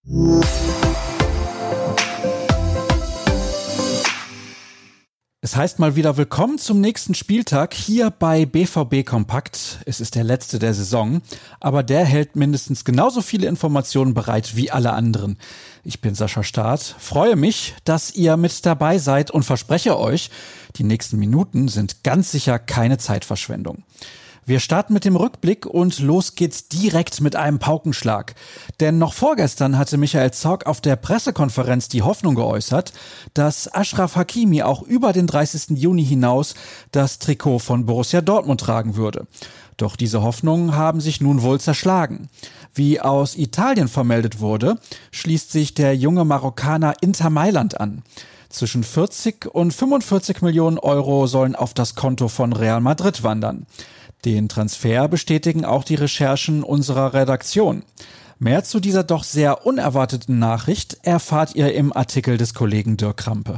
Es heißt mal wieder willkommen zum nächsten Spieltag hier bei BVB Kompakt. Es ist der letzte der Saison, aber der hält mindestens genauso viele Informationen bereit wie alle anderen. Ich bin Sascha Staat, freue mich, dass ihr mit dabei seid und verspreche euch, die nächsten Minuten sind ganz sicher keine Zeitverschwendung. Wir starten mit dem Rückblick und los geht's direkt mit einem Paukenschlag. Denn noch vorgestern hatte Michael Zorc auf der Pressekonferenz die Hoffnung geäußert, dass Achraf Hakimi auch über den 30. Juni hinaus das Trikot von Borussia Dortmund tragen würde. Doch diese Hoffnungen haben sich nun wohl zerschlagen. Wie aus Italien vermeldet wurde, schließt sich der junge Marokkaner Inter Mailand an. Zwischen 40 und 45 Millionen Euro sollen auf das Konto von Real Madrid wandern. Den Transfer bestätigen auch die Recherchen unserer Redaktion. Mehr zu dieser doch sehr unerwarteten Nachricht erfahrt ihr im Artikel des Kollegen Dirk Krampe.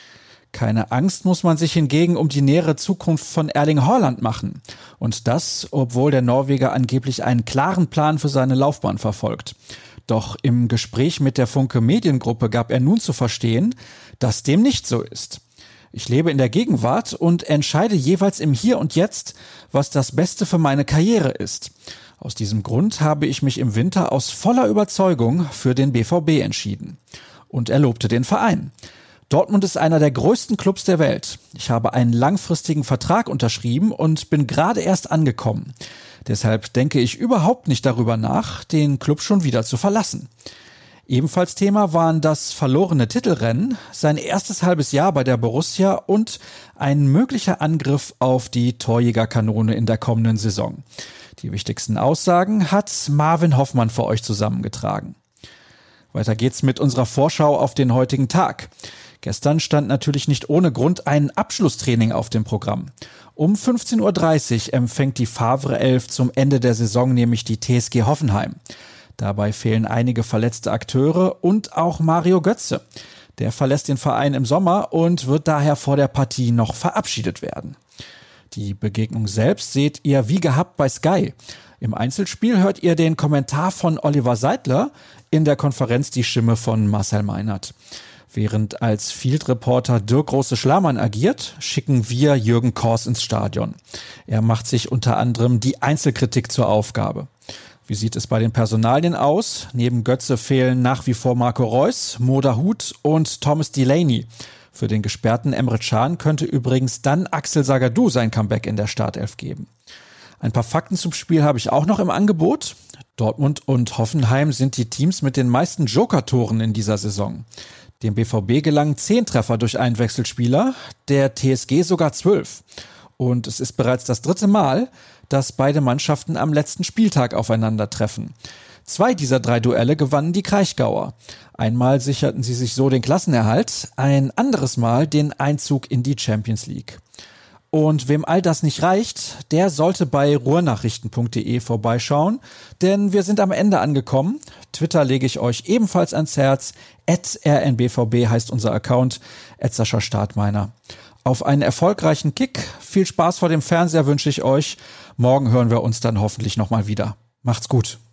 Keine Angst muss man sich hingegen um die nähere Zukunft von Erling Haaland machen. Und das, obwohl der Norweger angeblich einen klaren Plan für seine Laufbahn verfolgt. Doch im Gespräch mit der Funke Mediengruppe gab er nun zu verstehen, dass dem nicht so ist. Ich lebe in der Gegenwart und entscheide jeweils im Hier und Jetzt, was das Beste für meine Karriere ist. Aus diesem Grund habe ich mich im Winter aus voller Überzeugung für den BVB entschieden. Und er lobte den Verein. Dortmund ist einer der größten Clubs der Welt. Ich habe einen langfristigen Vertrag unterschrieben und bin gerade erst angekommen. Deshalb denke ich überhaupt nicht darüber nach, den Club schon wieder zu verlassen. Ebenfalls Thema waren das verlorene Titelrennen, sein erstes halbes Jahr bei der Borussia und ein möglicher Angriff auf die Torjägerkanone in der kommenden Saison. Die wichtigsten Aussagen hat Marvin Hoffmann für euch zusammengetragen. Weiter geht's mit unserer Vorschau auf den heutigen Tag. Gestern stand natürlich nicht ohne Grund ein Abschlusstraining auf dem Programm. Um 15:30 Uhr empfängt die Favre 11 zum Ende der Saison nämlich die TSG Hoffenheim. Dabei fehlen einige verletzte Akteure und auch Mario Götze. Der verlässt den Verein im Sommer und wird daher vor der Partie noch verabschiedet werden. Die Begegnung selbst seht ihr wie gehabt bei Sky. Im Einzelspiel hört ihr den Kommentar von Oliver Seidler, in der Konferenz die Stimme von Marcel Meinert. Während als Field-Reporter Dirk Große-Schlamann agiert, schicken wir Jürgen Kors ins Stadion. Er macht sich unter anderem die Einzelkritik zur Aufgabe. Wie sieht es bei den Personalien aus? Neben Götze fehlen nach wie vor Marco Reus, Mo Dahoud und Thomas Delaney. Für den gesperrten Emre Can könnte übrigens dann Axel Sagadou sein Comeback in der Startelf geben. Ein paar Fakten zum Spiel habe ich auch noch im Angebot. Dortmund und Hoffenheim sind die Teams mit den meisten Joker-Toren in dieser Saison. Dem BVB gelangen 10 Treffer durch einen Wechselspieler, der TSG sogar 12. Und es ist bereits das 3. Mal, dass beide Mannschaften am letzten Spieltag aufeinandertreffen. 2 dieser 3 Duelle gewannen die Kraichgauer. Einmal sicherten sie sich so den Klassenerhalt, ein anderes Mal den Einzug in die Champions League. Und wem all das nicht reicht, der sollte bei ruhrnachrichten.de vorbeischauen, denn wir sind am Ende angekommen. Twitter lege ich euch ebenfalls ans Herz. @rnbvb heißt unser Account, @Sascha Staatmeiner. Auf einen erfolgreichen Kick, viel Spaß vor dem Fernseher wünsche ich euch. Morgen hören wir uns dann hoffentlich nochmal wieder. Macht's gut.